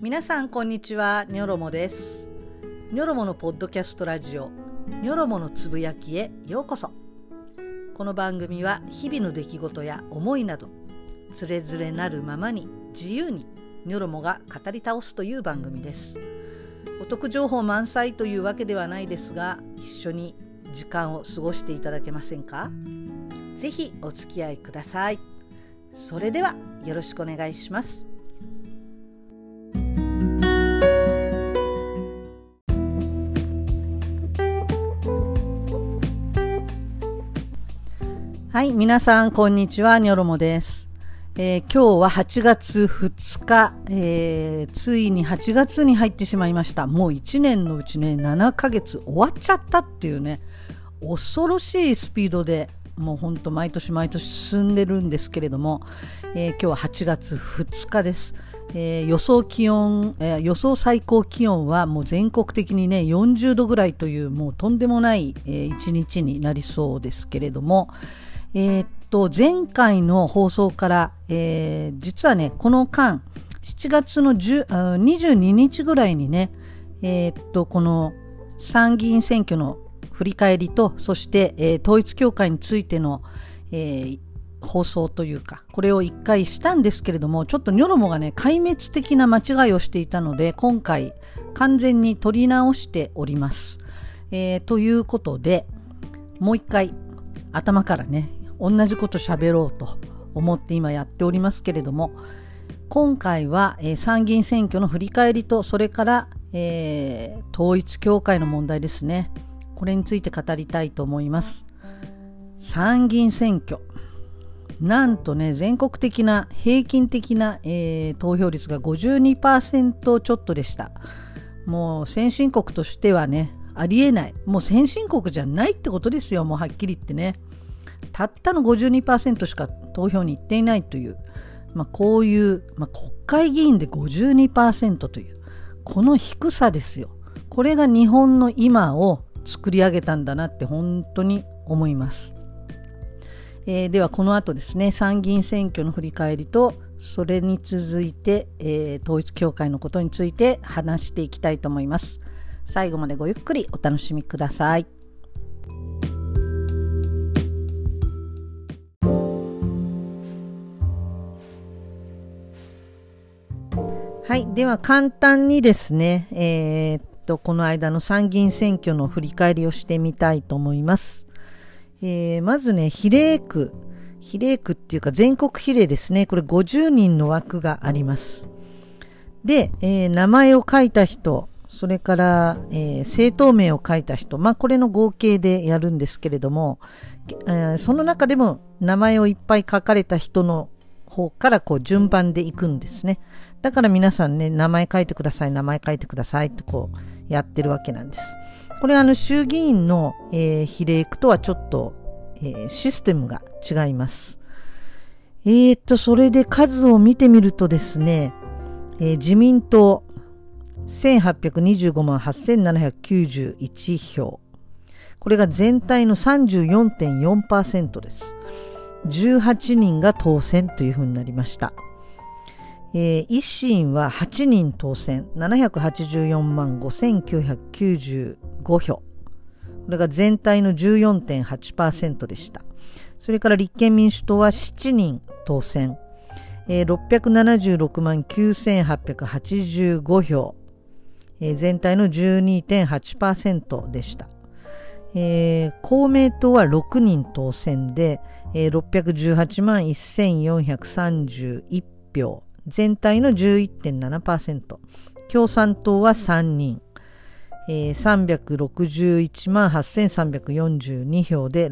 皆さんこんにちは、ニョロモです。ニョロモのポッドキャストラジオ、ニョロモのつぶやきへようこそ。この番組は日々の出来事や思いなどつれづれなるままに自由にニョロモが語り倒すという番組です。お得情報満載というわけではないですが、一緒に時間を過ごしていただけませんか？ぜひお付き合いください。それではよろしくお願いします。はい、皆さんこんにちは、ニョロモです。今日は8月2日、ついに8月に入ってしまいました。もう1年のうちね、7ヶ月終わっちゃったっていうね、恐ろしいスピードでもうほんと毎年進んでるんですけれども、今日は8月2日です。予想最高気温はもう全国的にね40度ぐらいというもうとんでもない、一日になりそうですけれども、前回の放送から、実はねこの間7月の22日ぐらいにね、この参議院選挙の振り返りと、そして、統一教会についての、放送というかこれを1回したんですけれども、ちょっとニョロモがね壊滅的な間違いをしていたので、今回完全に取り直しております。ということでもう1回頭からね同じこと喋ろうと思って今やっておりますけれども、今回は、参議院選挙の振り返りと、それから、統一教会の問題ですね。これについて語りたいと思います。参議院選挙、なんとね全国的な平均的な、投票率が 52% ちょっとでした。もう先進国としてはねありえない、もう先進国じゃないってことですよ。もうはっきり言ってね、たったの 52% しか投票に行っていないという、こういう、国会議員で 52% というこの低さですよ。これが日本の今を作り上げたんだなって本当に思います。ではこの後ですね、参議院選挙の振り返りと、それに続いて、統一教会のことについて話していきたいと思います。最後までごゆっくりお楽しみください。はい、では簡単にですね、この間の参議院選挙の振り返りをしてみたいと思います。まずね、比例区っていうか全国比例ですね。これ50人の枠があります。で、名前を書いた人、それから、政党名を書いた人、これの合計でやるんですけれども、その中でも名前をいっぱい書かれた人の方からこう順番でいくんですね。だから皆さんね、名前書いてくださいってこうやってるわけなんです。これ衆議院の、比例区とはちょっと、システムが違います。それで数を見てみるとですね、自民党1825万8791票。これが全体の 34.4% です。18人が当選というふうになりました。維新は8人当選、784万5995票。これが全体の 14.8% でした。それから立憲民主党は7人当選、676万9885票。全体の 12.8% でした。公明党は6人当選で、618万1431票。全体の 11.7%。共産党は3人、361万8342票で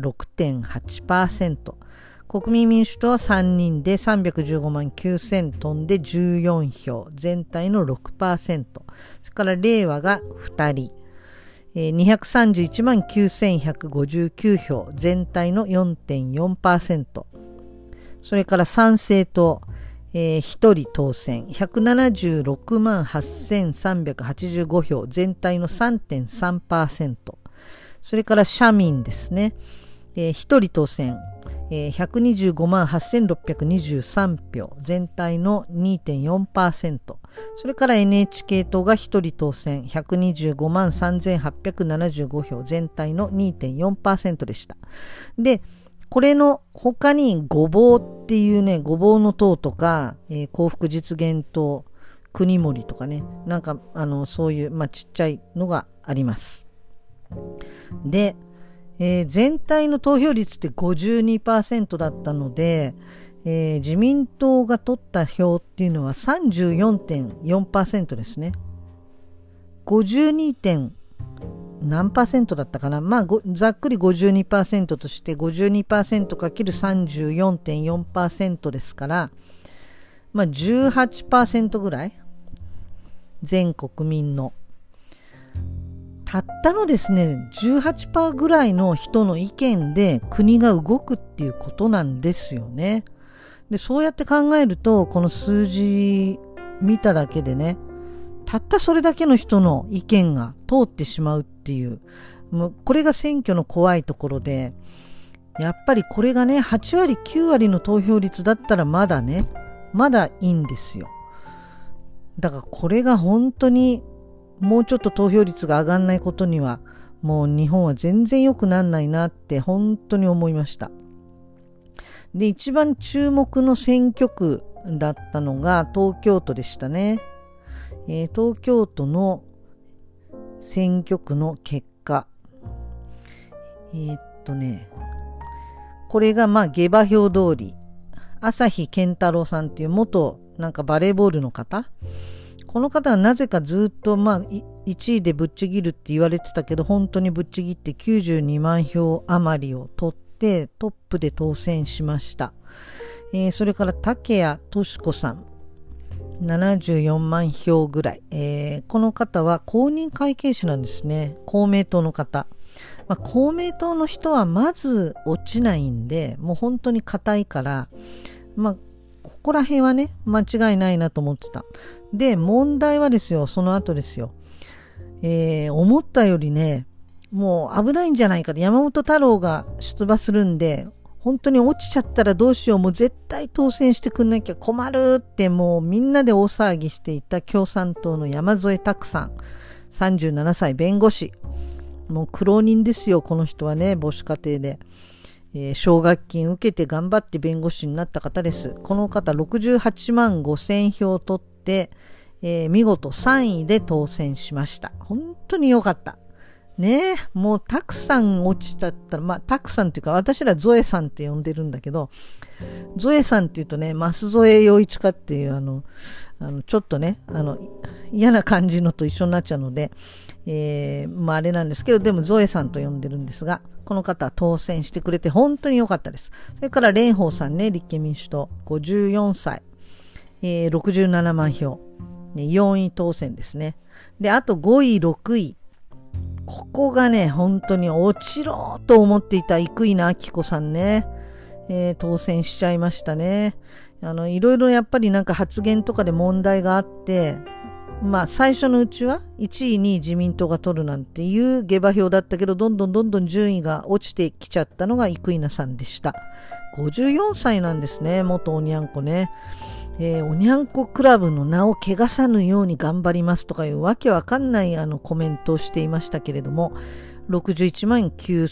6.8%。国民民主党は3人で315万9000トンで14票。全体の 6%。それから令和が2人。231万9159票。全体の 4.4%。それから参政党。1人当選176万8385票、全体の 3.3%。それから社民ですね、1人当選 125万8623票、全体の 2.4%。それから NHK 党が1人当選、125万3875票、全体の 2.4% でした。で、これの他にごぼうっていうね、ごぼうの党とか、幸福実現党、国盛とかね、なんかそういう、ちっちゃいのがあります。で、全体の投票率って 52% だったので、自民党が取った票っていうのは 34.4% ですね。52. 点何%だったかな。ざっくり 52% として 52%×34.4% ですから、18% ぐらい全国民のたったのですね 18% ぐらいの人の意見で国が動くっていうことなんですよね。で、そうやって考えるとこの数字見ただけでね、たったそれだけの人の意見が通ってしまうっていう、もうこれが選挙の怖いところで、やっぱりこれがね8割9割の投票率だったらまだいいんですよ。だからこれが本当にもうちょっと投票率が上がんないことにはもう日本は全然良くなんないなって本当に思いました。で、一番注目の選挙区だったのが東京都でしたね。東京都の選挙区の結果、これが下馬評通り、朝日健太郎さんっていう元なんかバレーボールの方、この方はなぜかずっと1位でぶっちぎるって言われてたけど、本当にぶっちぎって92万票余りを取ってトップで当選しました。それから竹谷敏子さん74万票ぐらい、この方は公認会計士なんですね。公明党の方、公明党の人はまず落ちないんで、もう本当に硬いから、ここら辺はね間違いないなと思ってた。で、問題はですよ、その後ですよ。思ったよりね、もう危ないんじゃないかと。山本太郎が出馬するんで、本当に落ちちゃったらどうしよう、もう絶対当選してくんなきゃ困るってもうみんなで大騒ぎしていた共産党の山添拓さん、37歳弁護士。もう苦労人ですよ、この人はね。母子家庭で。奨学金受けて頑張って弁護士になった方です。この方68万5000票取って、見事3位で当選しました。本当に良かったね。もうたくさん落ちちゃったら、たくさんっていうか私らゾエさんって呼んでるんだけど、ゾエさんっていうとね、増添陽一かっていうちょっとね嫌な感じのと一緒になっちゃうので、あれなんですけど、でもゾエさんと呼んでるんですが、この方は当選してくれて本当に良かったです。それから蓮舫さんね、立憲民主党54歳、67万票、4位当選ですね。で、あと5位6位、ここがね本当に落ちろと思っていた生稲晃子さんね、当選しちゃいましたね。いろいろやっぱりなんか発言とかで問題があって、最初のうちは1位に自民党が取るなんていう下馬評だったけど、どんどん順位が落ちてきちゃったのが生稲さんでした。54歳なんですね、元おにゃんこね。おにゃんこクラブの名を汚さぬように頑張りますとかいうわけわかんないコメントをしていましたけれども、61万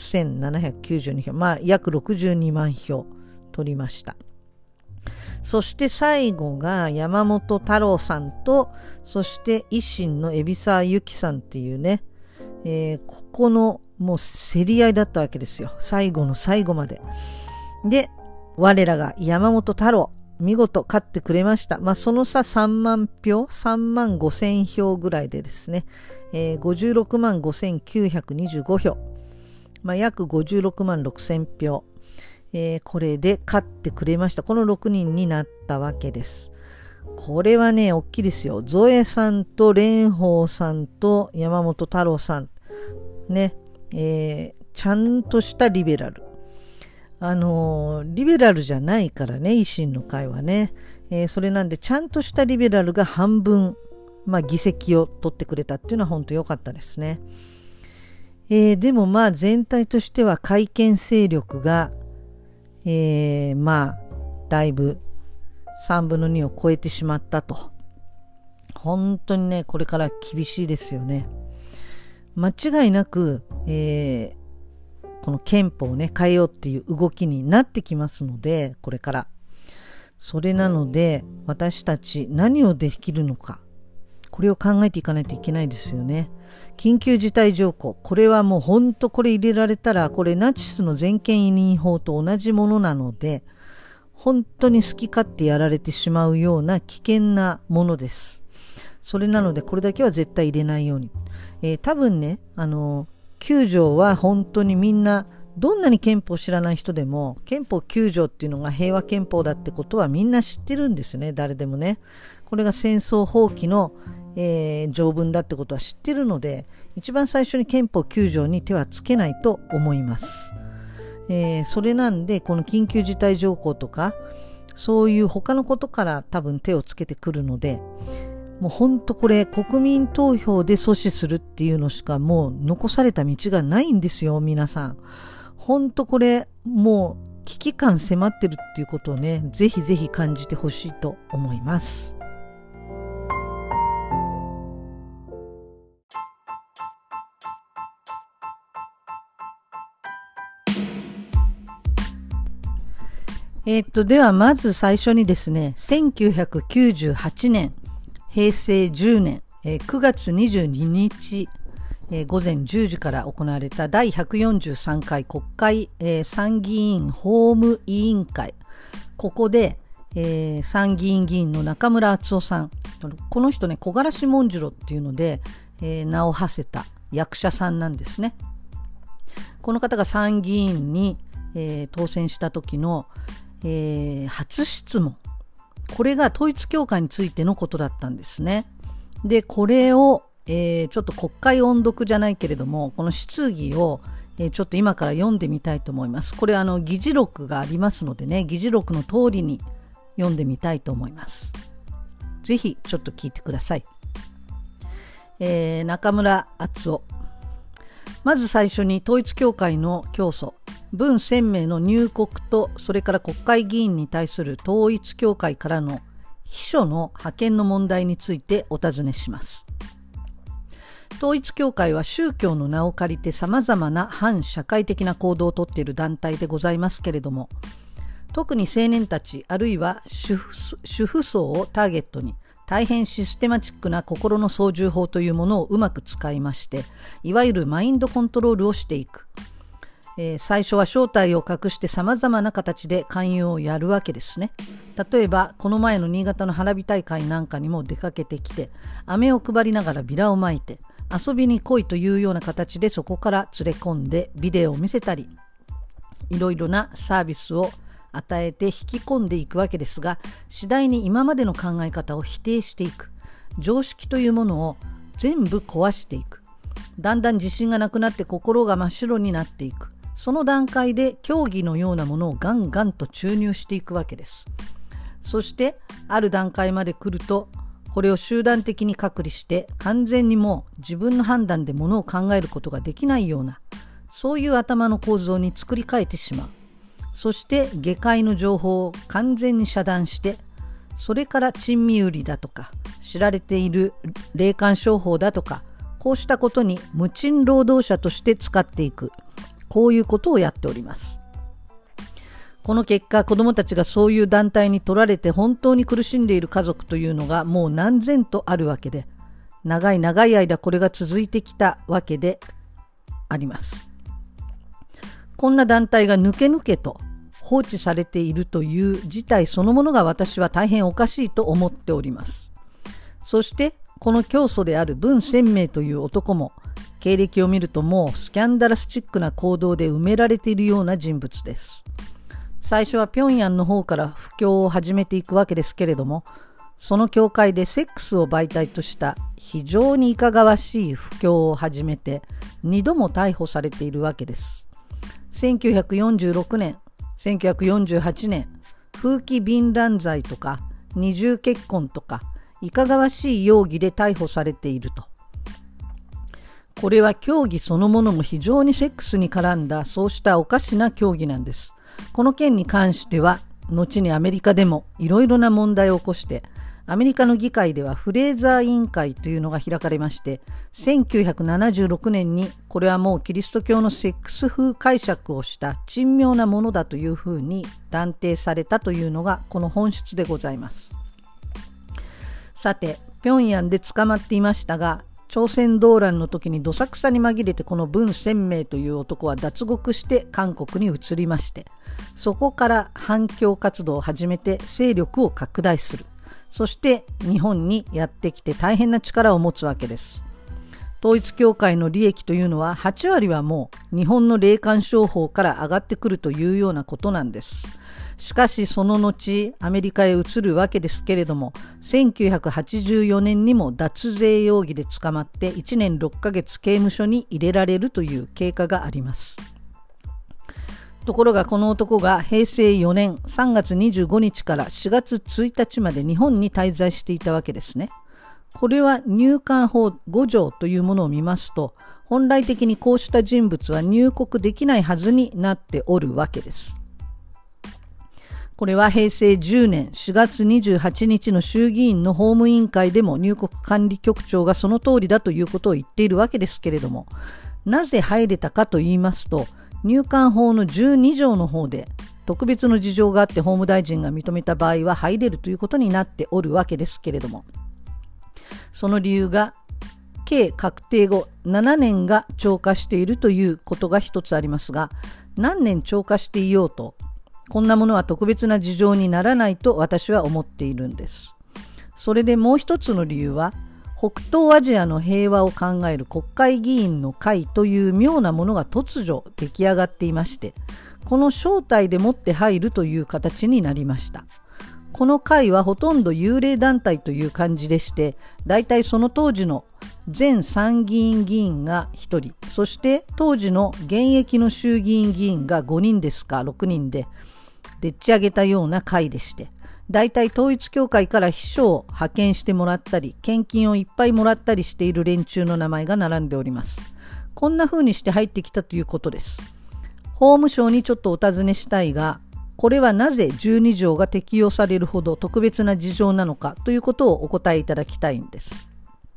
9792票、約62万票取りました。そして最後が山本太郎さんと、そして維新の海老沢由紀さんっていうね、ここのもう競り合いだったわけですよ、最後の最後まで。で、我らが山本太郎見事勝ってくれました。その差3万票、3万5千票ぐらいでですね、56万5925票、約56万6千票、これで勝ってくれました。この6人になったわけです。これはね大きいですよ。ゾエさんと蓮舫さんと山本太郎さんね、ちゃんとしたリベラル、リベラルじゃないからね、維新の会はね、それなんでちゃんとしたリベラルが半分、議席を取ってくれたっていうのは本当良かったですね。でも全体としては改憲勢力が、 だいぶ3分の2を超えてしまったと。本当にね、これから厳しいですよね。間違いなく、この憲法をね、変えようっていう動きになってきますので、これから。それなので、私たち何をできるのか、これを考えていかないといけないですよね。緊急事態条項。これはもう本当これ入れられたら、これナチスの全権委任法と同じものなので、本当に好き勝手やられてしまうような危険なものです。それなので、これだけは絶対入れないように。多分ね、9条は本当にみんな、どんなに憲法を知らない人でも、憲法9条っていうのが平和憲法だってことはみんな知ってるんですよね、誰でもね。これが戦争放棄の、条文だってことは知ってるので、一番最初に憲法9条に手はつけないと思います。それなんで、この緊急事態条項とか、そういう他のことから多分手をつけてくるので、もう本当これ国民投票で阻止するっていうのしかもう残された道がないんですよ、皆さん。本当これもう危機感迫ってるっていうことをね、ぜひぜひ感じてほしいと思います。ではまず最初にですね、1998年、平成10年、9月22日、午前10時から行われた第143回国会、参議院法務委員会。ここで、参議院議員の中村敦夫さん。この人ね、木枯らし紋次郎っていうので、名を馳せた役者さんなんですね。この方が参議院に、当選した時の、初質問。これが統一教会についてのことだったんですね。で、これを、ちょっと国会音読じゃないけれども、この質疑を、ちょっと今から読んでみたいと思います。これ議事録がありますのでね、議事録の通りに読んでみたいと思います。ぜひちょっと聞いてください。中村敦夫。まず最初に統一教会の教祖、文鮮明の入国と、それから国会議員に対する統一教会からの秘書の派遣の問題についてお尋ねします。統一教会は宗教の名を借りて様々な反社会的な行動をとっている団体でございますけれども、特に青年たちあるいは主婦層をターゲットに大変システマチックな心の操縦法というものをうまく使いまして、いわゆるマインドコントロールをしていく。最初は正体を隠して様々な形で勧誘をやるわけですね。例えばこの前の新潟の花火大会なんかにも出かけてきて、飴を配りながらビラをまいて、遊びに来いというような形でそこから連れ込んでビデオを見せたり、いろいろなサービスを与えて引き込んでいくわけですが、次第に今までの考え方を否定していく。常識というものを全部壊していく。だんだん自信がなくなって心が真っ白になっていく。その段階で教義のようなものをガンガンと注入していくわけです。そしてある段階まで来ると、これを集団的に隔離して完全にもう自分の判断でものを考えることができないような、そういう頭の構造に作り変えてしまう。そして下界の情報を完全に遮断して、それから珍味売りだとか知られている霊感商法だとか、こうしたことに無賃労働者として使っていく。こういうことをやっております。この結果、子どもたちがそういう団体に取られて本当に苦しんでいる家族というのがもう何千とあるわけで、長い長い間これが続いてきたわけであります。こんな団体が抜け抜けと放置されているという事態そのものが私は大変おかしいと思っております。そしてこの教祖である文鮮明という男も、経歴を見るともうスキャンダラスチックな行動で埋められているような人物です。最初は平壌の方から布教を始めていくわけですけれども、その教会でセックスを媒体とした非常にいかがわしい布教を始めて2度も逮捕されているわけです。1946年、1948年、風紀敏乱罪とか二重結婚とかいかがわしい容疑で逮捕されていると。これは教義そのものも非常にセックスに絡んだそうしたおかしな教義なんです。 この件に関しては後にアメリカでもいろいろな問題を起こして、アメリカの議会ではフレーザー委員会というのが開かれまして、1976年にこれはもうキリスト教のセックス風解釈をした珍妙なものだというふうに断定されたというのがこの本質でございます。さて、平壌で捕まっていましたが、朝鮮動乱の時にどさくさに紛れてこの文鮮明という男は脱獄して韓国に移りまして、そこから反共活動を始めて勢力を拡大する。そして日本にやってきて大変な力を持つわけです。統一教会の利益というのは8割はもう日本の霊感商法から上がってくるというようなことなんです。しかしその後アメリカへ移るわけですけれども、1984年にも脱税容疑で捕まって1年6ヶ月刑務所に入れられるという経過があります。ところがこの男が平成4年3月25日から4月1日まで日本に滞在していたわけですね。これは入管法5条というものを見ますと、本来的にこうした人物は入国できないはずになっておるわけです。これは平成10年4月28日の衆議院の法務委員会でも入国管理局長がその通りだということを言っているわけですけれども、なぜ入れたかと言いますと、入管法の12条の方で特別の事情があって法務大臣が認めた場合は入れるということになっておるわけですけれども、その理由が刑確定後7年が超過しているということが一つありますが、何年超過していようとこんなものは特別な事情にならないと私は思っているんです。それでもう一つの理由は、北東アジアの平和を考える国会議員の会という妙なものが突如出来上がっていまして、この招待でもって入るという形になりました。この会はほとんど幽霊団体という感じでして、だいたいその当時の前参議院議員が1人、そして当時の現役の衆議院議員が5人ですか6人でっち上げたような会でして、だいたい統一教会から秘書を派遣してもらったり、献金をいっぱいもらったりしている連中の名前が並んでおります。こんな風にして入ってきたということです。法務省にちょっとお尋ねしたいが、これはなぜ12条が適用されるほど特別な事情なのかということをお答えいただきたいんです。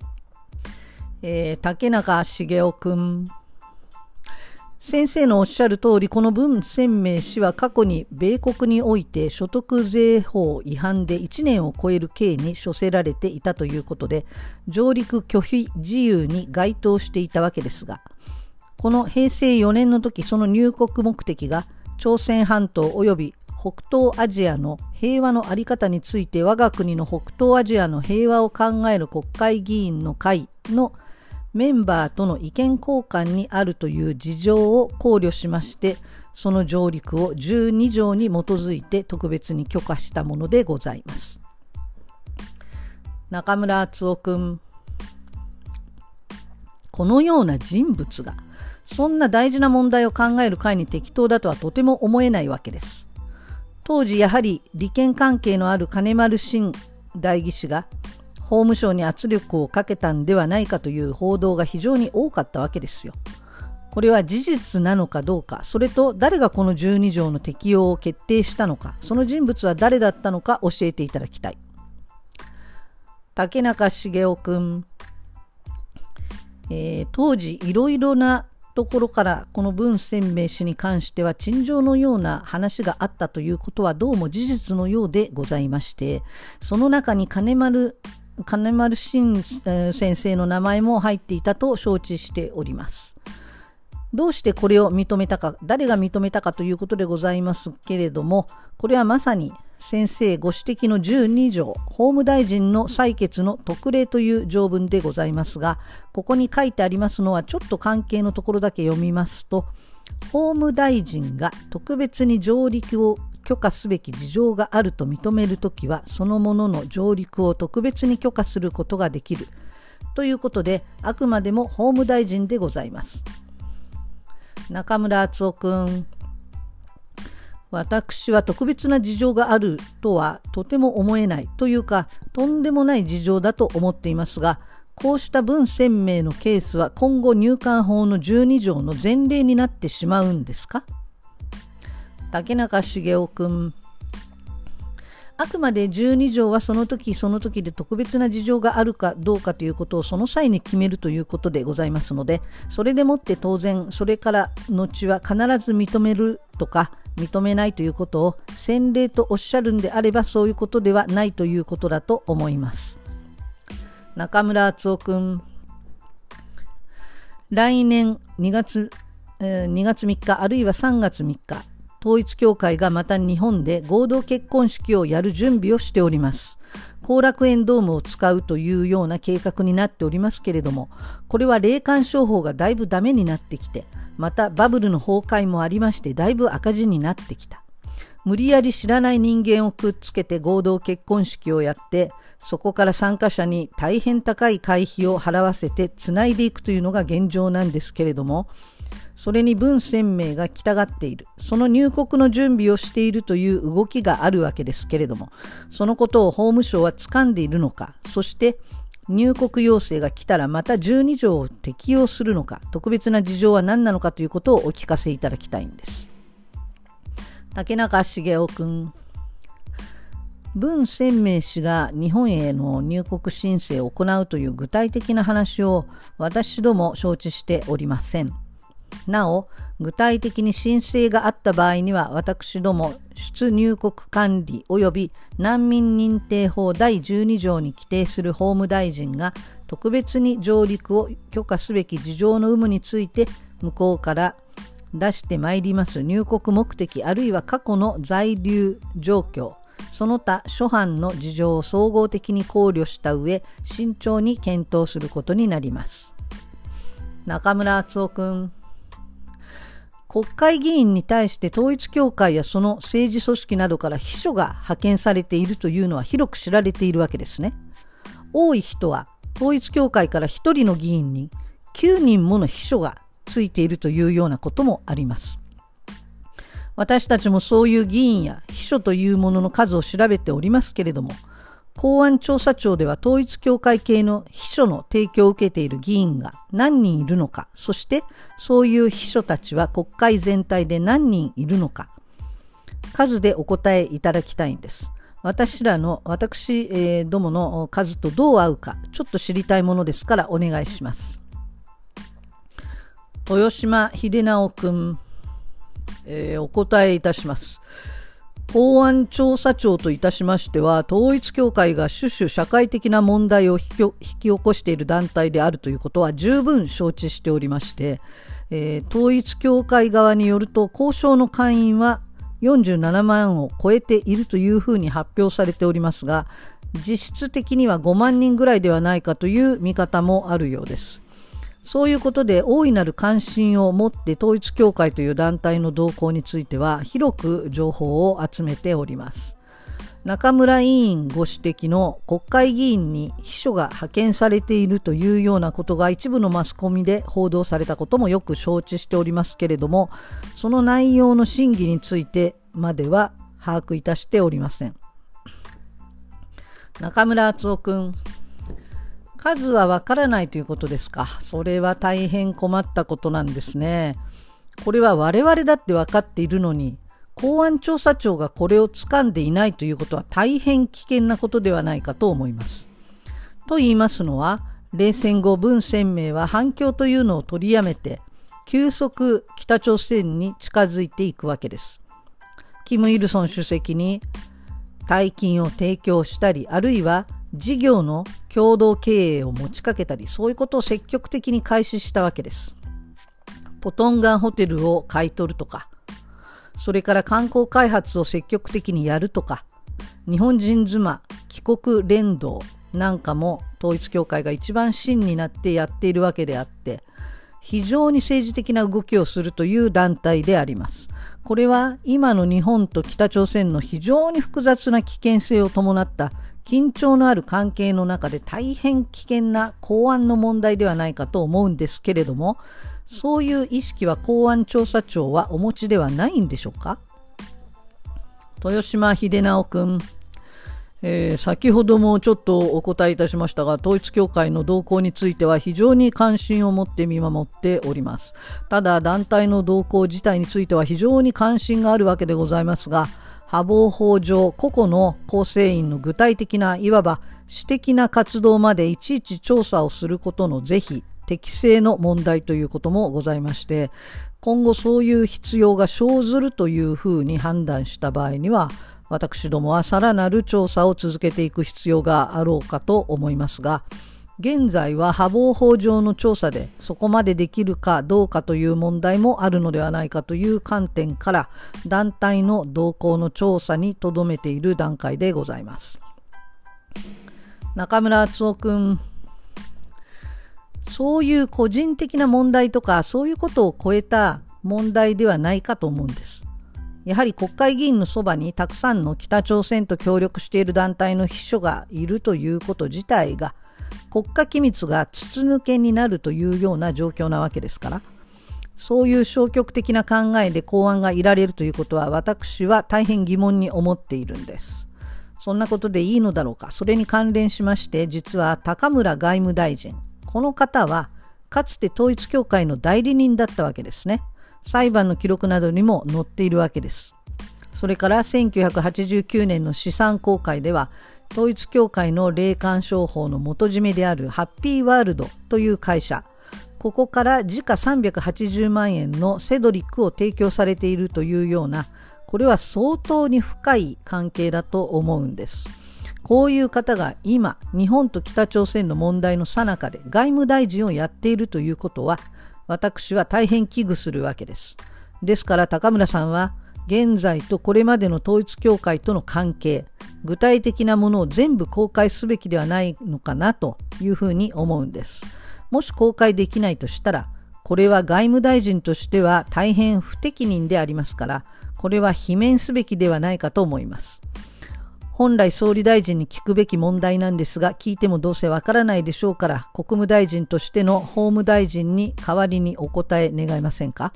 竹中茂雄くん。先生のおっしゃる通り、この文鮮明氏は過去に米国において所得税法違反で1年を超える刑に処せられていたということで、上陸拒否自由に該当していたわけですが、この平成4年の時、その入国目的が朝鮮半島及び北東アジアの平和の在り方について我が国の北東アジアの平和を考える国会議員の会のメンバーとの意見交換にあるという事情を考慮しまして、その上陸を12条に基づいて特別に許可したものでございます。中村敦夫君。このような人物がそんな大事な問題を考える会に適当だとはとても思えないわけです。当時やはり利権関係のある金丸信代議士が法務省に圧力をかけたんではないかという報道が非常に多かったわけですよ。これは事実なのかどうか、それと誰がこの12条の適用を決定したのか、その人物は誰だったのか教えていただきたい。竹中茂雄君。当時いろいろなところからこの文鮮明氏に関しては陳情のような話があったということはどうも事実のようでございまして、その中に金丸信先生の名前も入っていたと承知しております。どうしてこれを認めたか、誰が認めたかということでございますけれども、これはまさに先生ご指摘の12条、法務大臣の裁決の特例という条文でございますが、ここに書いてありますのはちょっと関係のところだけ読みますと、法務大臣が特別に上陸を許可すべき事情があると認めるときは、そのものの上陸を特別に許可することができるということで、あくまでも法務大臣でございます。中村敦夫君。私は特別な事情があるとはとても思えないというか、とんでもない事情だと思っていますが、こうした文鮮明のケースは今後入管法の12条の前例になってしまうんですか？ 竹中茂雄くん。あくまで12条はその時その時で特別な事情があるかどうかということをその際に決めるということでございますので、それでもって当然それから後は必ず認めるとか認めないということを先例とおっしゃるんであれば、そういうことではないということだと思います。中村敦夫くん。来年2月3日あるいは3月3日、統一教会がまた日本で合同結婚式をやる準備をしております。後楽園ドームを使うというような計画になっておりますけれども、これは霊感商法がだいぶダメになってきて、またバブルの崩壊もありましてだいぶ赤字になってきた。無理やり知らない人間をくっつけて合同結婚式をやって、そこから参加者に大変高い会費を払わせてつないでいくというのが現状なんですけれども、それに文鮮明が来たがっている、その入国の準備をしているという動きがあるわけですけれども、そのことを法務省は掴んでいるのか、そして入国要請が来たらまた12条を適用するのか、特別な事情は何なのかということをお聞かせいただきたいんです。竹中茂雄くん。文鮮明氏が日本への入国申請を行うという具体的な話を私ども承知しておりません。なお、具体的に申請があった場合には、私ども出入国管理及び難民認定法第12条に規定する法務大臣が特別に上陸を許可すべき事情の有無について向こうから出してまいります入国目的あるいは過去の在留状況、その他諸般の事情を総合的に考慮した上、慎重に検討することになります。中村敦夫君。国会議員に対して統一教会やその政治組織などから秘書が派遣されているというのは広く知られているわけですね。多い人は統一教会から1人の議員に9人もの秘書がついているというようなこともあります。私たちもそういう議員や秘書というものの数を調べておりますけれども、公安調査庁では統一教会系の秘書の提供を受けている議員が何人いるのか、そしてそういう秘書たちは国会全体で何人いるのか、数でお答えいただきたいんです。私どもの数とどう合うか、ちょっと知りたいものですからお願いします。豊島秀直君、お答えいたします。公安調査庁といたしましては、統一教会が種々社会的な問題を引き起こしている団体であるということは十分承知しておりまして、統一教会側によると交渉の会員は47万を超えているというふうに発表されておりますが、実質的には5万人ぐらいではないかという見方もあるようです。そういうことで大いなる関心を持って統一教会という団体の動向については広く情報を集めております。中村委員ご指摘の国会議員に秘書が派遣されているというようなことが一部のマスコミで報道されたこともよく承知しておりますけれども、その内容の真偽についてまでは把握いたしておりません。中村敦夫君、数はわからないということですか。それは大変困ったことなんですね。これは我々だって分かっているのに、公安調査庁がこれを掴んでいないということは大変危険なことではないかと思います。と言いますのは、冷戦後文鮮明は反共というのを取りやめて、急速北朝鮮に近づいていくわけです。キム・イルソン主席に大金を提供したり、あるいは事業の共同経営を持ちかけたり、そういうことを積極的に開始したわけです。ポトンガンホテルを買い取るとか、それから観光開発を積極的にやるとか、日本人妻帰国連動なんかも統一教会が一番芯になってやっているわけであって、非常に政治的な動きをするという団体であります。これは今の日本と北朝鮮の非常に複雑な危険性を伴った緊張のある関係の中で大変危険な公安の問題ではないかと思うんですけれども、そういう意識は公安調査庁はお持ちではないんでしょうか。豊島秀直君、 先ほどもちょっとお答えいたしましたが、統一教会の動向については非常に関心を持って見守っております。ただ団体の動向自体については非常に関心があるわけでございますが、破防法上個々の構成員の具体的ないわば私的な活動までいちいち調査をすることの是非適正の問題ということもございまして、今後そういう必要が生ずるというふうに判断した場合には、私どもはさらなる調査を続けていく必要があろうかと思いますが、現在は破防法上の調査でそこまでできるかどうかという問題もあるのではないかという観点から、団体の動向の調査にとどめている段階でございます。中村敦夫君、そういう個人的な問題とかそういうことを超えた問題ではないかと思うんです。やはり国会議員のそばにたくさんの北朝鮮と協力している団体の秘書がいるということ自体が、国家機密が筒抜けになるというような状況なわけですから、そういう消極的な考えで公安がいられるということは、私は大変疑問に思っているんです。そんなことでいいのだろうか。それに関連しまして、実は高村外務大臣、この方はかつて統一教会の代理人だったわけですね。裁判の記録などにも載っているわけです。それから1989年の資産公開では、統一教会の霊感商法の元締めであるハッピーワールドという会社、ここから時価380万円のセドリックを提供されているというような、これは相当に深い関係だと思うんです。こういう方が今、日本と北朝鮮の問題の最中で外務大臣をやっているということは、私は大変危惧するわけです。ですから高村さんは、現在とこれまでの統一教会との関係、具体的なものを全部公開すべきではないのかなというふうに思うんです。もし公開できないとしたら、これは外務大臣としては大変不適任でありますから、これは罷免すべきではないかと思います。本来総理大臣に聞くべき問題なんですが、聞いてもどうせわからないでしょうから、国務大臣としての法務大臣に代わりにお答え願えませんか。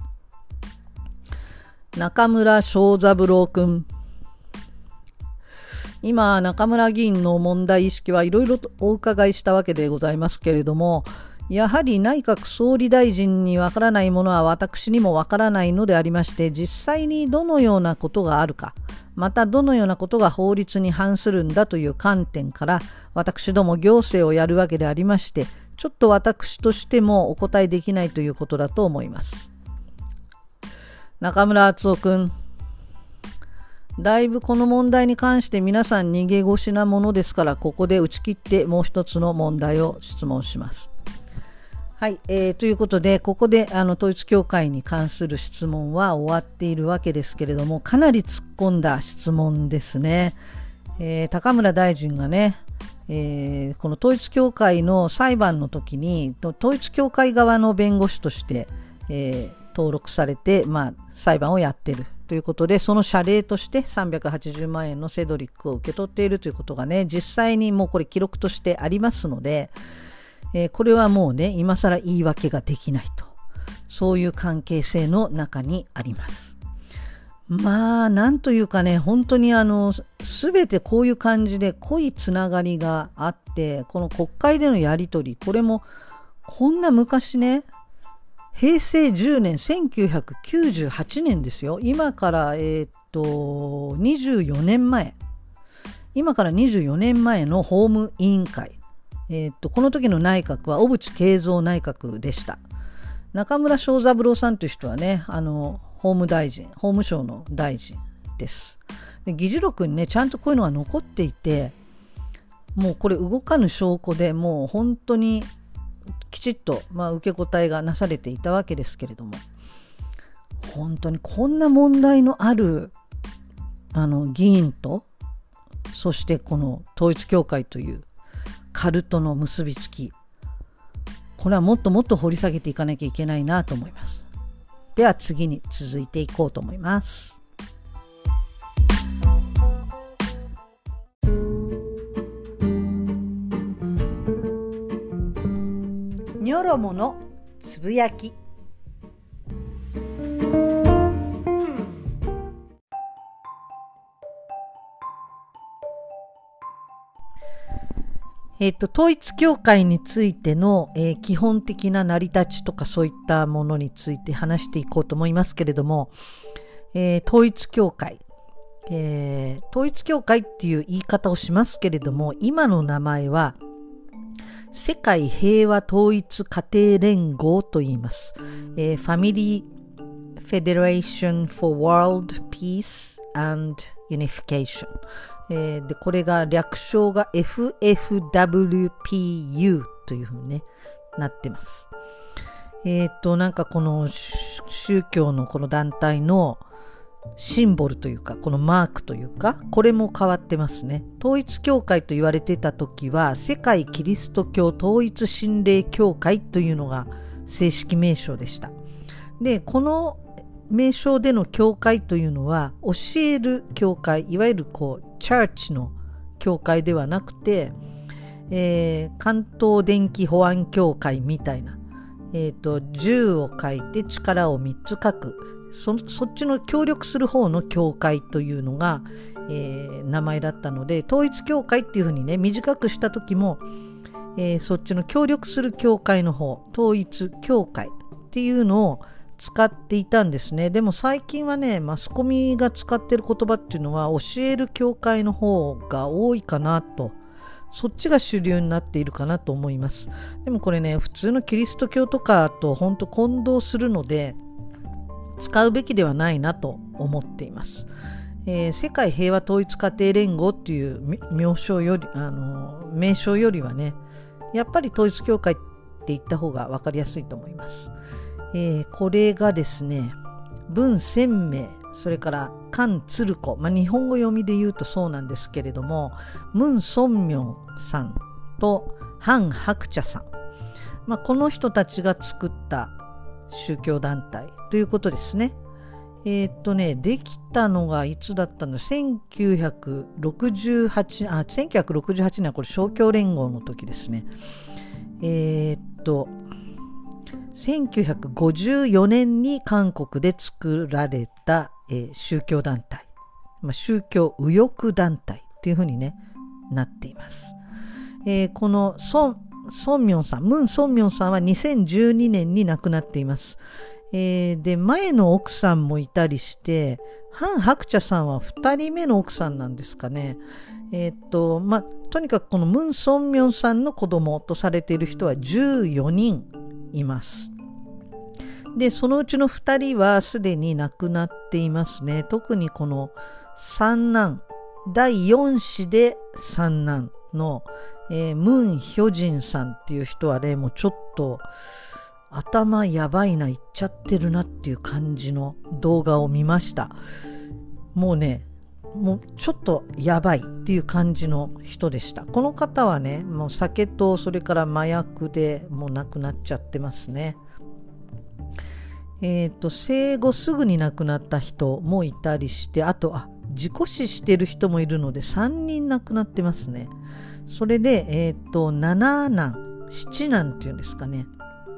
中村正三郎君、今中村議員の問題意識はいろいろとお伺いしたわけでございますけれども、やはり内閣総理大臣にわからないものは私にもわからないのでありまして、実際にどのようなことがあるか、またどのようなことが法律に反するんだという観点から、私ども行政をやるわけでありまして、ちょっと私としてもお答えできないということだと思います。中村敦夫君、だいぶこの問題に関して皆さん逃げ腰なものですから、ここで打ち切ってもう一つの問題を質問します。はい、ということで、ここで統一教会に関する質問は終わっているわけですけれども、かなり突っ込んだ質問ですね。高村大臣がね、この統一教会の裁判の時に統一教会側の弁護士として、登録されて、裁判をやっているということで、その謝礼として380万円のセドリックを受け取っているということがね、実際にもうこれ記録としてありますので、これはもうね、今更言い訳ができないと、そういう関係性の中にあります。なんというかね、本当にすべてこういう感じで濃いつながりがあって、この国会でのやり取り、これもこんな昔ね、平成10年、1998年ですよ。今から24年前。今から24年前の法務委員会。この時の内閣は小渕恵三内閣でした。中村正三郎さんという人はね、法務大臣、法務省の大臣です。で、議事録にね、ちゃんとこういうのが残っていて、もうこれ動かぬ証拠で、もう本当にきちっと、受け答えがなされていたわけですけれども、本当にこんな問題のある議員と、そしてこの統一教会というカルトの結びつき、これはもっともっと掘り下げていかなきゃいけないなと思います。では次に続いていこうと思います。ニョロモのつぶやき。 統一教会についての、基本的な成り立ちとかそういったものについて話していこうと思いますけれども、統一教会っていう言い方をしますけれども、今の名前は世界平和統一家庭連合と言います。Family Federation for World Peace and Unification。でこれが略称が FFWPU というふうに、ね、なってます。なんかこの宗教のこの団体のシンボルというか、このマークというか、これも変わってますね。統一教会と言われてた時は世界キリスト教統一神霊教会というのが正式名称でした。でこの名称での教会というのは教える教会、いわゆるこうチャーチの教会ではなくて、関東電気保安協会みたいな、銃を書いて力を3つ書く、そっちの協力する方の教会というのが、名前だったので、統一教会っていうふうにね短くした時も、そっちの協力する教会の方、統一教会っていうのを使っていたんですね。でも最近はね、マスコミが使ってる言葉っていうのは教える教会の方が多いかなと、そっちが主流になっているかなと思います。でもこれね、普通のキリスト教とかと本当混同するので使うべきではないなと思っています。世界平和統一家庭連合っていう名称よりはね、やっぱり統一教会って言った方が分かりやすいと思います。これがですね、文鮮明、それから韓鶴子、日本語読みで言うとそうなんですけれども、ムン・ソンミョンさんとハン・ハクチャさん、この人たちが作った宗教団体ということですね。できたのがいつだったの？1968年はこれ勝共連合の時ですね。1954年に韓国で作られた、宗教団体、宗教右翼団体っていうふうに、ね、なっています。このムン・ソンミョンさんは2012年に亡くなっています。で前の奥さんもいたりして、ハン・ハクチャさんは2人目の奥さんなんですかね。とにかくこのムン・ソンミョンさんの子供とされている人は14人います。でそのうちの2人はすでに亡くなっていますね。特にこの三男、第4子で三男の、ムン・ヒョジンさんっていう人はね、もうちょっと頭やばいな、いっちゃってるなっていう感じの動画を見ました。もうちょっとやばいっていう感じの人でした。この方はね、もう酒とそれから麻薬でもう亡くなっちゃってますね。生後すぐに亡くなった人もいたりして、あと事故死してる人もいるので3人亡くなってますね。それで七男っていうんですかね。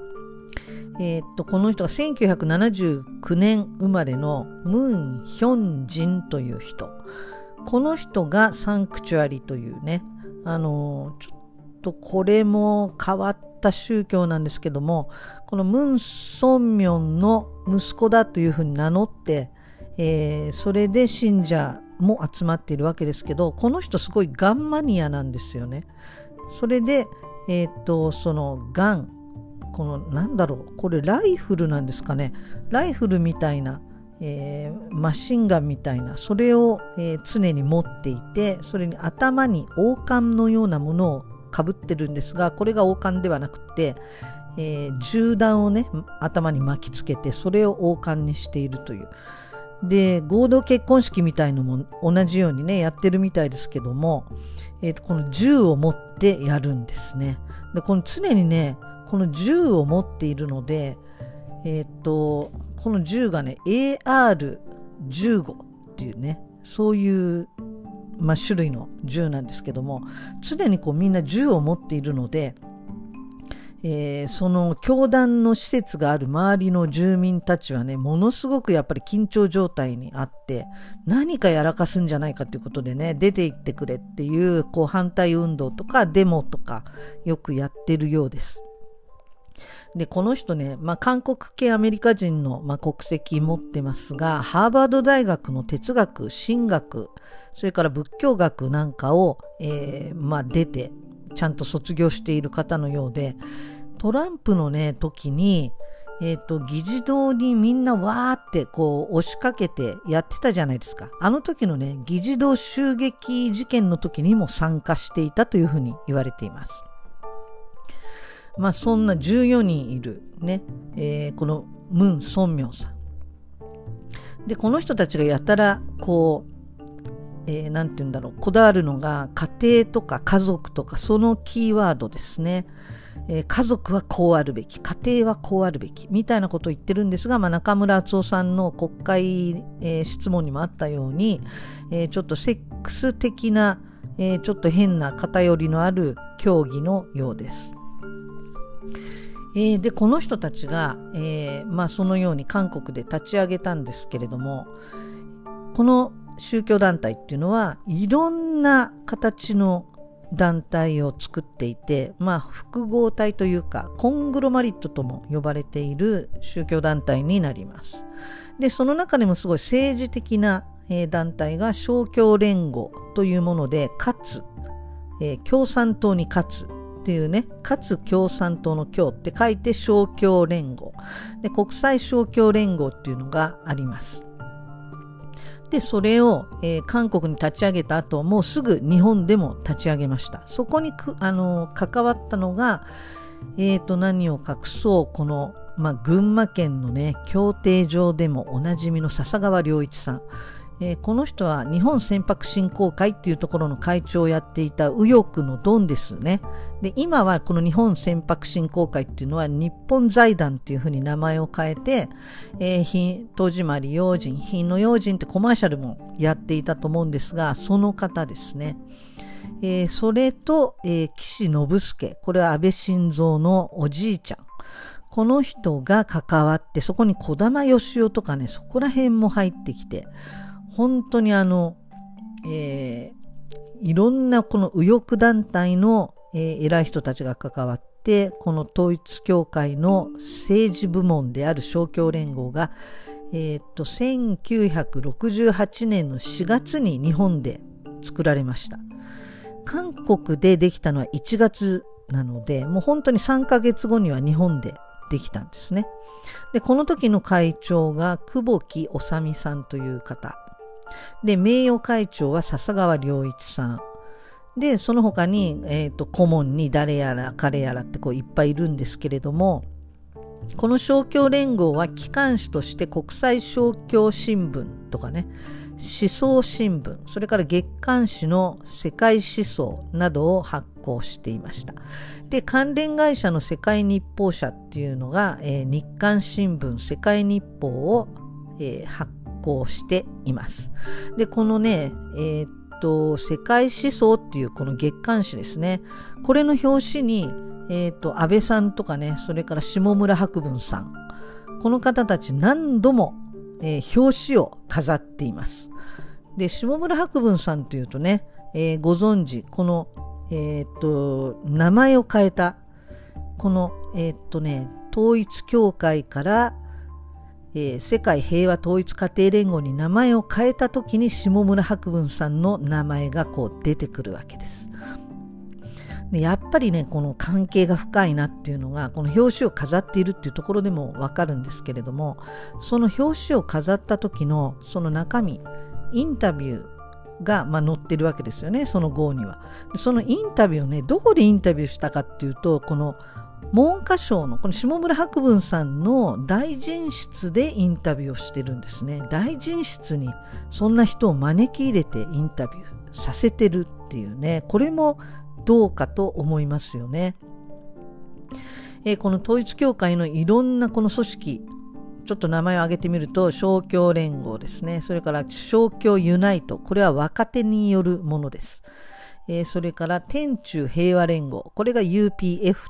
この人が1979年生まれのムン・ヒョンジンという人。この人がサンクチュアリというね、ちょっとこれも変わった宗教なんですけども、このムン・ソンミョンの息子だというふうに名乗って、それで信者も集まっているわけですけど、この人すごいガンマニアなんですよね。それで、そのガン、このこれライフルなんですかね。ライフルみたいな、マシンガンみたいな、それを、常に持っていて、それに頭に王冠のようなものをかぶってるんですが、これが王冠ではなくて、銃弾をね頭に巻きつけて、それを王冠にしているという。で合同結婚式みたいのも同じようにねやってるみたいですけども、この銃を持ってやるんですね。でこの常にねこの銃を持っているので、この銃がね AR-15 っていうね、そういう、種類の銃なんですけども、常にこうみんな銃を持っているので、 その教団の施設がある周りの住民たちはね、ものすごくやっぱり緊張状態にあって、何かやらかすんじゃないかということでね、出て行ってくれっていう、反対運動とかデモとかよくやってるようです。で、この人ね、韓国系アメリカ人の、国籍持ってますが、ハーバード大学の哲学、神学、それから仏教学なんかを、出て、ちゃんと卒業している方のようで、トランプのね、時に、議事堂にみんなわーって押しかけてやってたじゃないですか。あの時のね、議事堂襲撃事件の時にも参加していたというふうに言われています。そんな14人いるね、このムン・ソンミョンさん。で、この人たちがやたらなんて言うんだろう、こだわるのが家庭とか家族とかそのキーワードですね。家族はこうあるべき、家庭はこうあるべきみたいなことを言ってるんですが、中村敦夫さんの国会、質問にもあったように、ちょっとセックス的な、ちょっと変な偏りのある教義のようです。で、この人たちが、そのように韓国で立ち上げたんですけれども、この宗教団体っていうのはいろんな形の団体を作っていて、複合体というかコングロマリットとも呼ばれている宗教団体になります。で、その中でもすごい政治的な団体が勝共連合というもので、かつ、共産党に勝つっていうね、かつ共産党の共って書いて勝共連合で、国際勝共連合っていうのがあります。で、それを、韓国に立ち上げた後、もうすぐ日本でも立ち上げました。そこに関わったのが、何を隠そう、この、群馬県のね、競艇場でもおなじみの笹川良一さん。この人は日本船舶振興会っていうところの会長をやっていた右翼のドンですね。で、今はこの日本船舶振興会っていうのは日本財団っていうふうに名前を変えて、戸締まり用心、品の用心ってコマーシャルもやっていたと思うんですが、その方ですね。それと、岸信介、これは安倍晋三のおじいちゃん。この人が関わって、そこに児玉義雄とかね、そこら辺も入ってきて、本当にいろんなこの右翼団体の、偉い人たちが関わって、この統一教会の政治部門である勝共連合が、1968年の4月に日本で作られました。韓国でできたのは1月なので、もう本当に3ヶ月後には日本でできたんですね。で、この時の会長が久保木修さんという方。で、名誉会長は笹川良一さん。で、その他に、顧問に誰やら彼やらっていっぱいいるんですけれども、この勝共連合は機関紙として国際勝共新聞とかね、思想新聞、それから月刊誌の世界思想などを発行していました。で、関連会社の世界日報社っていうのが、日刊新聞世界日報を、発行しています。で、このね、世界思想っていうこの月刊誌ですね。これの表紙に、安倍さんとかね、それから下村博文さん。この方たち何度も、表紙を飾っています。で、下村博文さんというとね、ご存知、この、名前を変えた、この、統一教会から、世界平和統一家庭連合に名前を変えた時に下村博文さんの名前が出てくるわけです。で、やっぱりね、この関係が深いなっていうのが、この表紙を飾っているっていうところでもわかるんですけれども、その表紙を飾った時のその中身、インタビューが、載ってるわけですよね、その号には。そのインタビューをね、どこでインタビューしたかっていうと、この文科省のこの下村博文さんの大臣室でインタビューをしてるんですね。大臣室にそんな人を招き入れてインタビューさせてるっていうね、これもどうかと思いますよね。この統一教会のいろんなこの組織、ちょっと名前を挙げてみると、勝共連合ですね。それから勝共ユナイト、これは若手によるものです。それから天中平和連合、これが UPF といっ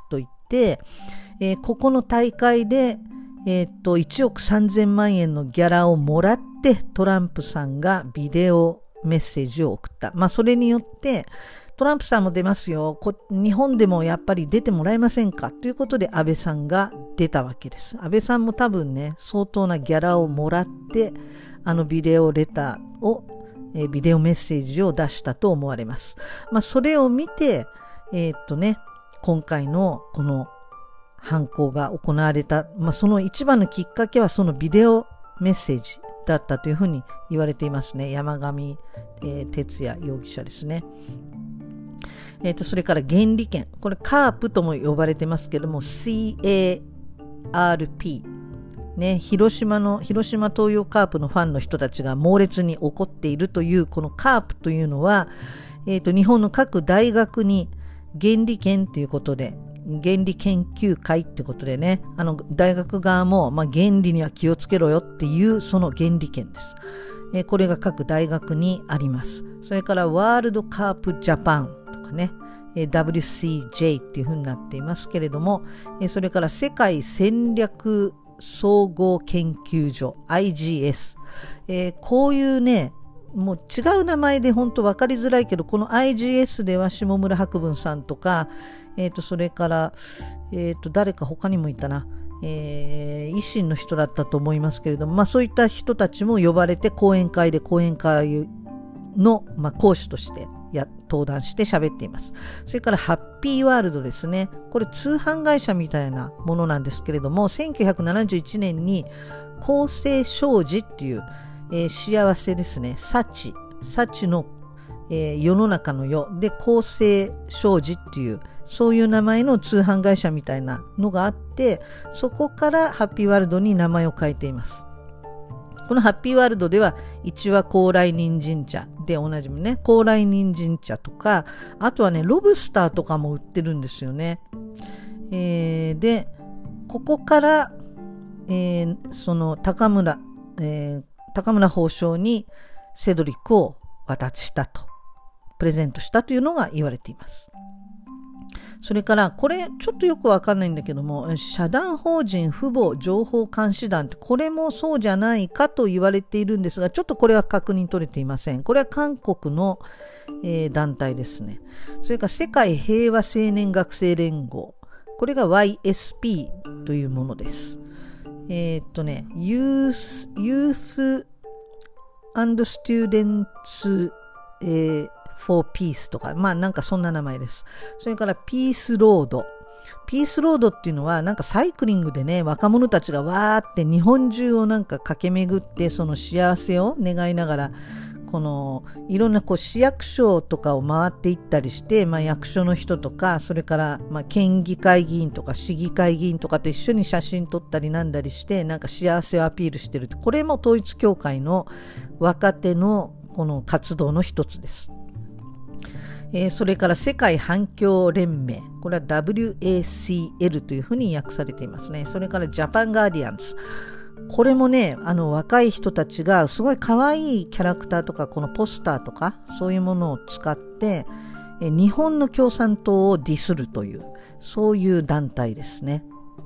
て、ここの大会で、1億3000万円のギャラをもらってトランプさんがビデオメッセージを送った。それによってトランプさんも出ますよ。日本でもやっぱり出てもらえませんかということで安倍さんが出たわけです。安倍さんも多分ね、相当なギャラをもらって、ビデオレターを、ビデオメッセージを出したと思われます。それを見て、今回のこの犯行が行われた、その一番のきっかけはそのビデオメッセージだったというふうに言われていますね。山上、徹也容疑者ですね。それから原理研、これカープとも呼ばれてますけども CARP、ね、広島東洋カープのファンの人たちが猛烈に怒っているというこのカープというのは、日本の各大学に原理研ということで原理研究会ってことでね、大学側も、原理には気をつけろよっていうその原理研です。これが各大学にあります。それからワールドカープジャパンとかね、WCJ っていう風になっていますけれども、それから世界戦略総合研究所 IGS、こういうね、もう違う名前で本当分かりづらいけど、この IGS では下村博文さんとか、それから、誰か他にもいたな、維新の人だったと思いますけれども、そういった人たちも呼ばれて講演会の、講師として登壇して喋っています。それからハッピーワールドですね。これ通販会社みたいなものなんですけれども、1971年に公正生児っていう、幸せですね。幸の、世の中の世で公正生児っていうそういう名前の通販会社みたいなのがあって、そこからハッピーワールドに名前を変えています。このハッピーワールドでは一話高麗人参茶でおなじみね、高麗人参茶とか、あとはねロブスターとかも売ってるんですよね。でここから、その高村法相にセドリックを渡したと、プレゼントしたというのが言われています。それからこれちょっとよくわかんないんだけども、社団法人父母情報監視団ってこれもそうじゃないかと言われているんですが、ちょっとこれは確認取れていません。これは韓国の、団体ですね。それから世界平和青年学生連合、これが YSP というものです。Youth and Students、for Peace とか、なんかそんな名前です。それからピースロードっていうのはなんかサイクリングでね、若者たちがわーって日本中をなんか駆け巡って、その幸せを願いながらこのいろんな市役所とかを回っていったりして、役所の人とか、それから県議会議員とか市議会議員とかと一緒に写真撮ったりなんだりして、なんか幸せをアピールしてる。これも統一教会の若手のこの活動の一つです。それから世界反共連盟、これは WACL というふうに訳されていますね。それからジャパンガーディアンズ、これもね、若い人たちがすごい可愛いキャラクターとか、このポスターとかそういうものを使って日本の共産党をディスるという、そういう団体ですね。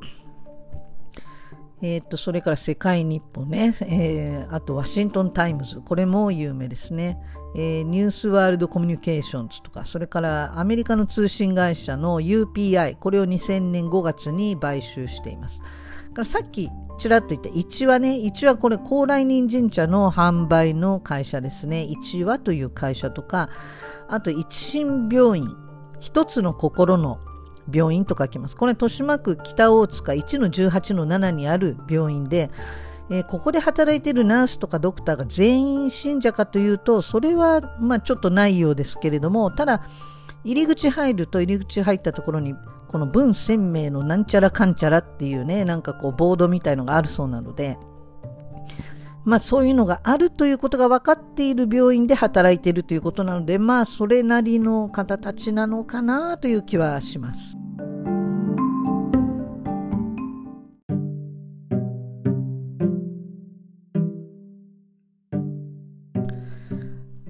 それから世界日報ね、あとワシントンタイムズ、これも有名ですね。ニュースワールドコミュニケーションズとか、それからアメリカの通信会社の UPI、これを2000年5月に買収しています。からさっきちらっと言った一話ね、一話これ高麗人参茶の販売の会社ですね。一話という会社とか、あと一心病院、一つの心の病院と書きます。これ豊島区北大塚 1-18-7 にある病院で、ここで働いているナースとかドクターが全員信者かというと、それはちょっとないようですけれども、ただ入り口入ったところにこの文鮮明のなんちゃらかんちゃらっていうね、なんかボードみたいのがあるそうなので、そういうのがあるということが分かっている病院で働いているということなので、それなりの方たちなのかなという気はします。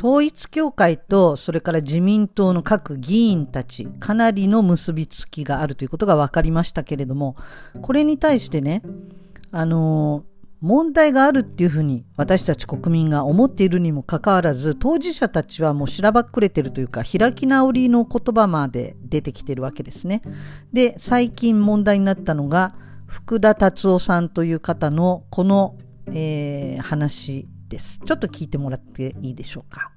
統一教会とそれから自民党の各議員たち、かなりの結びつきがあるということが分かりましたけれども、これに対してね、問題があるっていうふうに私たち国民が思っているにもかかわらず、当事者たちはもうしらばっくれてるというか、開き直りの言葉まで出てきてるわけですね。で、最近問題になったのが福田達夫さんという方のこの、話です。ちょっと聞いてもらっていいでしょうか。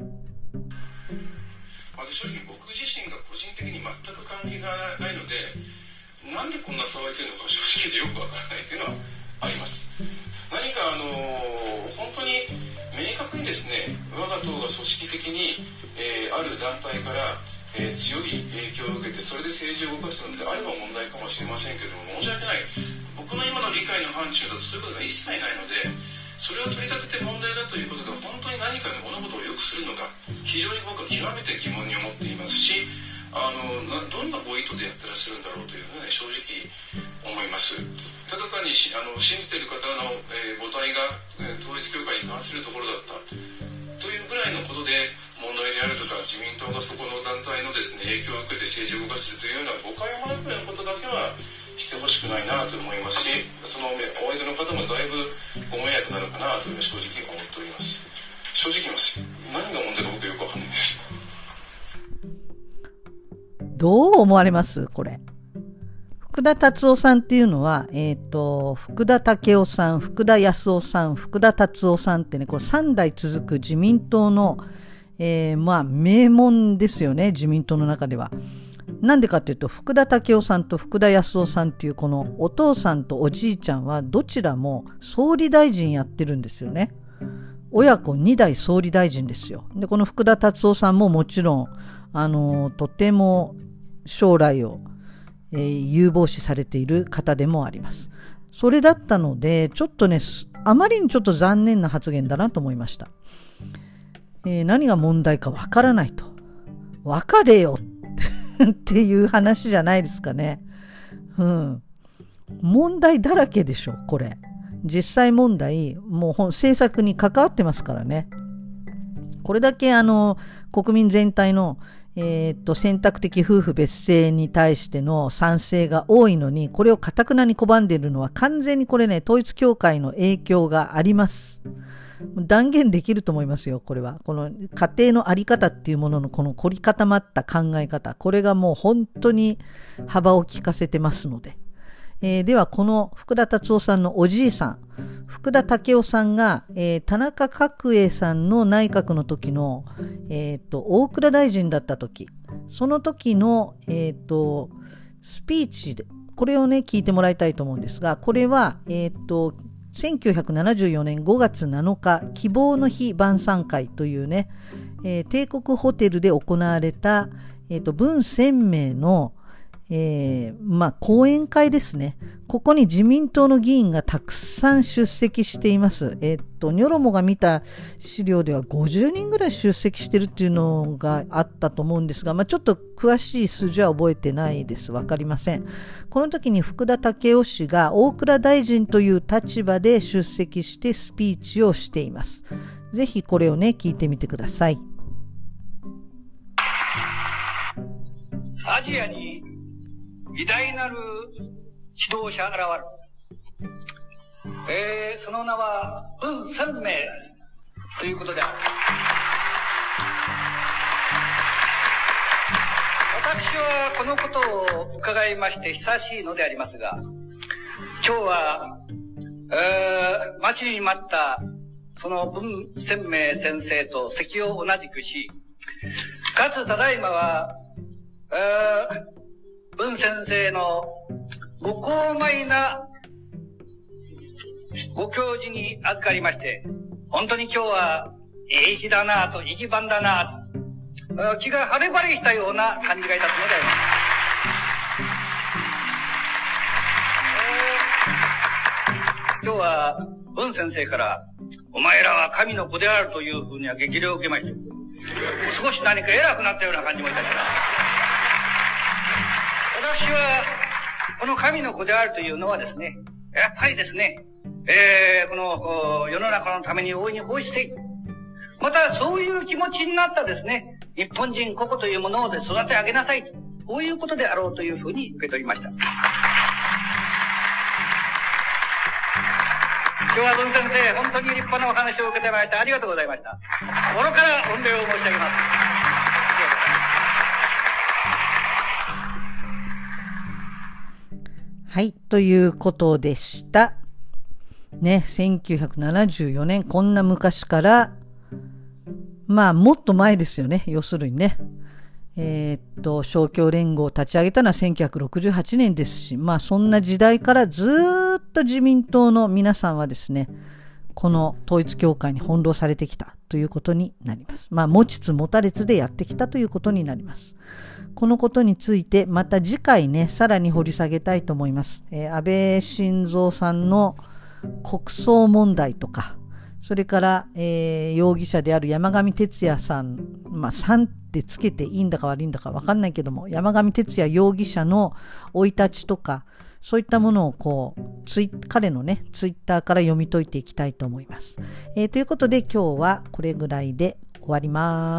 正直僕自身が個人的に全く関係がないので、なんでこんな騒いでるのか正直でよくわからないというのはあります。何か本当に明確にですね、我が党が組織的に、ある団体から、強い影響を受けてそれで政治を動かすのであれば問題かもしれませんけれども、申し訳ない、僕の今の理解の範疇だとそういうことが一切ないので、それを取り立てて問題だということが本当に何かの物事を良くするのか、非常に僕は極めて疑問に思っていますし、どんなご意図でやってらっしゃるんだろうというのは、ね、正直思います。ただ単に信じている方の、母体が、統一教会に関するところだったというぐらいのことで問題であるとか、自民党がそこの団体のですね、影響を受けて政治を動かすというような誤解を招くようなことだけはしてほしくないなと思いますし、そのお相手の方もだいぶご迷惑なのかなというのは正直思っております。正直言います。何が問題か僕はよくわかんないです。 どう思われますこれ。福田達夫さんっていうのは、福田赳夫さん、福田康夫さん、福田達夫さんってね、これ3代続く自民党の、名門ですよね、自民党の中では。なんでかっていうと、福田赳夫さんと福田康夫さんっていうこのお父さんとおじいちゃんはどちらも総理大臣やってるんですよね。親子2代総理大臣ですよ。で、この福田達夫さんももちろん、とても将来を、有望視されている方でもあります。それだったので、ちょっとね、あまりにちょっと残念な発言だなと思いました。何が問題かわからないと。別れよっていう話じゃないですかね。問題だらけでしょ、これ。実際問題、もう政策に関わってますからね。これだけ国民全体の選択的夫婦別姓に対しての賛成が多いのに、これを堅くなに拒んでいるのは完全にこれね、統一教会の影響があります。断言できると思いますよ、これは。この家庭のあり方っていうもののこの凝り固まった考え方、これがもう本当に幅を利かせてますので。では、この福田達夫さんのおじいさん、福田赳夫さんが、田中角栄さんの内閣の時の、大蔵大臣だった時、その時の、スピーチで、これをね、聞いてもらいたいと思うんですが、これは、1974年5月7日、希望の日晩餐会というね、帝国ホテルで行われた、文鮮明の講演会ですね。ここに自民党の議員がたくさん出席しています。ニョロモが見た資料では50人ぐらい出席してるっていうのがあったと思うんですが、ちょっと詳しい数字は覚えてないです。わかりません。この時に福田赳夫氏が大蔵大臣という立場で出席してスピーチをしています。ぜひこれをね、聞いてみてください。 アジアに偉大なる指導者現る。その名は文鮮明ということである。私はこのことを伺いまして久しいのでありますが、今日は、待ちに待ったその文鮮明先生と席を同じくし、かつただいまは、文先生のご高邁なご教示に預かりまして、本当に今日はいい日だなと、いい番だなと、気が晴れ晴れしたような感じがいたすのであります。今日は文先生から、お前らは神の子であるというふうには激励を受けまして、少し何か偉くなったような感じもいたします。私は、この神の子であるというのはですね、やっぱりですね、この世の中のために大いに奉仕せい。 またそういう気持ちになったですね、日本人個々というものを育て上げなさいと、こういうことであろうというふうに受け取りました。今日は文先生、本当に立派なお話を受けてまいりましてありがとうございました。心から御礼を申し上げます。 はい、ということでした。ね、1974年、こんな昔から、まあ、もっと前ですよね、要するにね。勝共連合を立ち上げたのは1968年ですし、まあそんな時代からずっと自民党の皆さんはですね、この統一教会に翻弄されてきたということになります。まあ持ちつ持たれつでやってきたということになります。このことについてまた次回ね、さらに掘り下げたいと思います。安倍晋三さんの国葬問題とか、それから、容疑者である山上徹也さん、まあ、さんってつけていいんだか悪いんだか分かんないけども、山上徹也容疑者の生い立ちとか、そういったものをこう、彼のね、ツイッターから読み解いていきたいと思います。ということで今日はこれぐらいで終わります。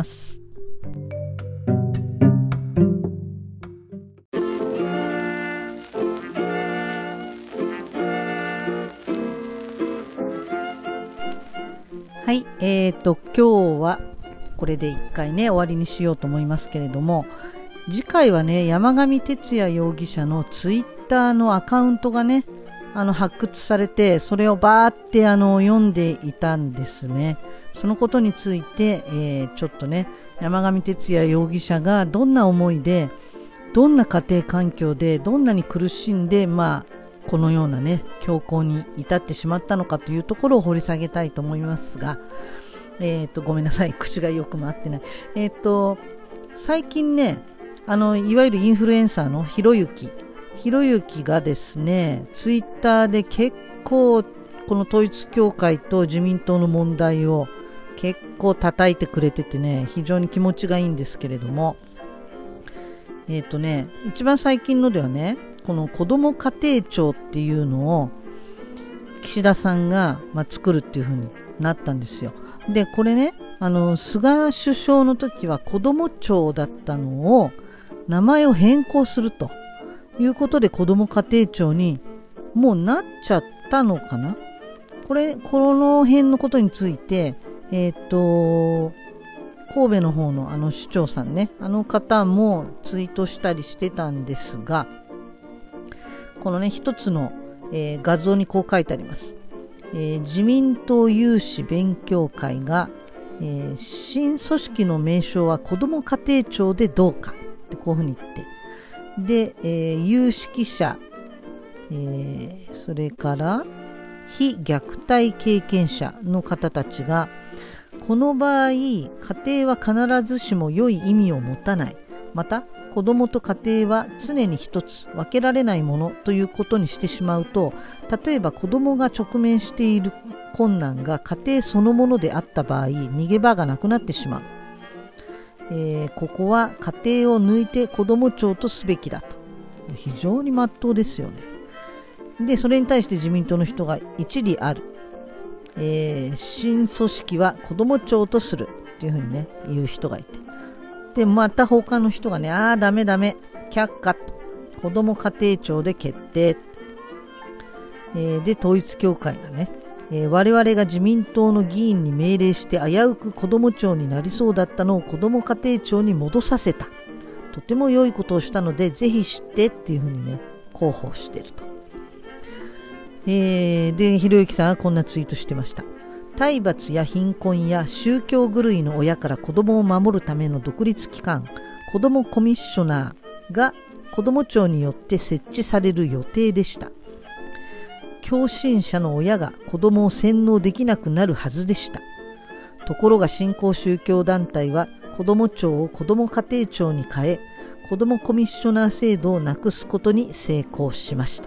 はい、今日はこれで一回ね、終わりにしようと思いますけれども、次回はね、山上徹也容疑者のツイッターのアカウントがね、発掘されて、それをバーって読んでいたんですね。そのことについて、ちょっとね、山上徹也容疑者がどんな思いで、どんな家庭環境で、どんなに苦しんで、まあ、このようなね、凶行に至ってしまったのかというところを掘り下げたいと思いますが、ごめんなさい、口がよく回ってない。最近ね、いわゆるインフルエンサーのひろゆきがですね、ツイッターで結構この統一教会と自民党の問題を結構叩いてくれててね、非常に気持ちがいいんですけれども、一番最近のではね、この子ども家庭庁っていうのを岸田さんが、作るっていう風になったんですよ。で、これね、菅首相の時は子ども庁だったのを名前を変更するということで子ども家庭庁にもうなっちゃったのかな。この辺のことについて、神戸の方の市長さんね、方もツイートしたりしてたんですが、このね、一つの、画像にこう書いてあります。自民党有志勉強会が、新組織の名称は子ども家庭庁でどうかってこういうふうに言って、で、有識者、それから非虐待経験者の方たちが、この場合、家庭は必ずしも良い意味を持たない。また、子供と家庭は常に一つ分けられないものということにしてしまうと、例えば子供が直面している困難が家庭そのものであった場合、逃げ場がなくなってしまう。ここは家庭を抜いて子供庁とすべきだと。非常に真っ当ですよね。で、それに対して自民党の人が一理ある。新組織は子供庁とするっていうふうにね、言う人がいて。で、また他の人がね、ダメ、却下と。子供家庭庁で決定。で、統一教会がね、我々が自民党の議員に命令して危うく子供庁になりそうだったのを子供家庭庁に戻させた。とても良いことをしたので、ぜひ知ってっていうふうにね、広報してると。で、ひろゆきさんはこんなツイートしてました。体罰や貧困や宗教狂いの親から子供を守るための独立機関、子供コミッショナーが子供庁によって設置される予定でした。共振者の親が子供を洗脳できなくなるはずでした。ところが新興宗教団体は子供庁を子供家庭庁に変え、子供コミッショナー制度をなくすことに成功しました。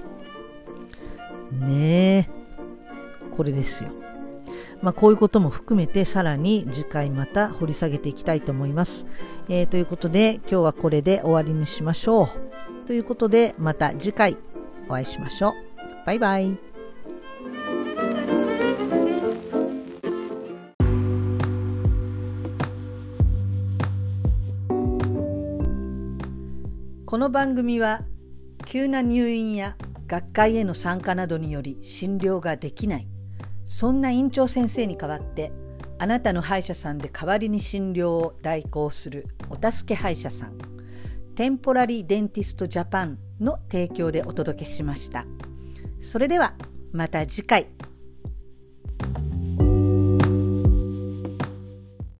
ねえ、これですよ。こういうことも含めてさらに次回また掘り下げていきたいと思います。ということで今日はこれで終わりにしましょう。ということでまた次回お会いしましょう。バイバイ。 この番組は急な入院や学会への参加などにより診療ができない、そんな院長先生に代わってあなたの歯医者さんで代わりに診療を代行するお助け歯医者さん、テンポラリーデンティストジャパンの提供でお届けしました。それではまた次回。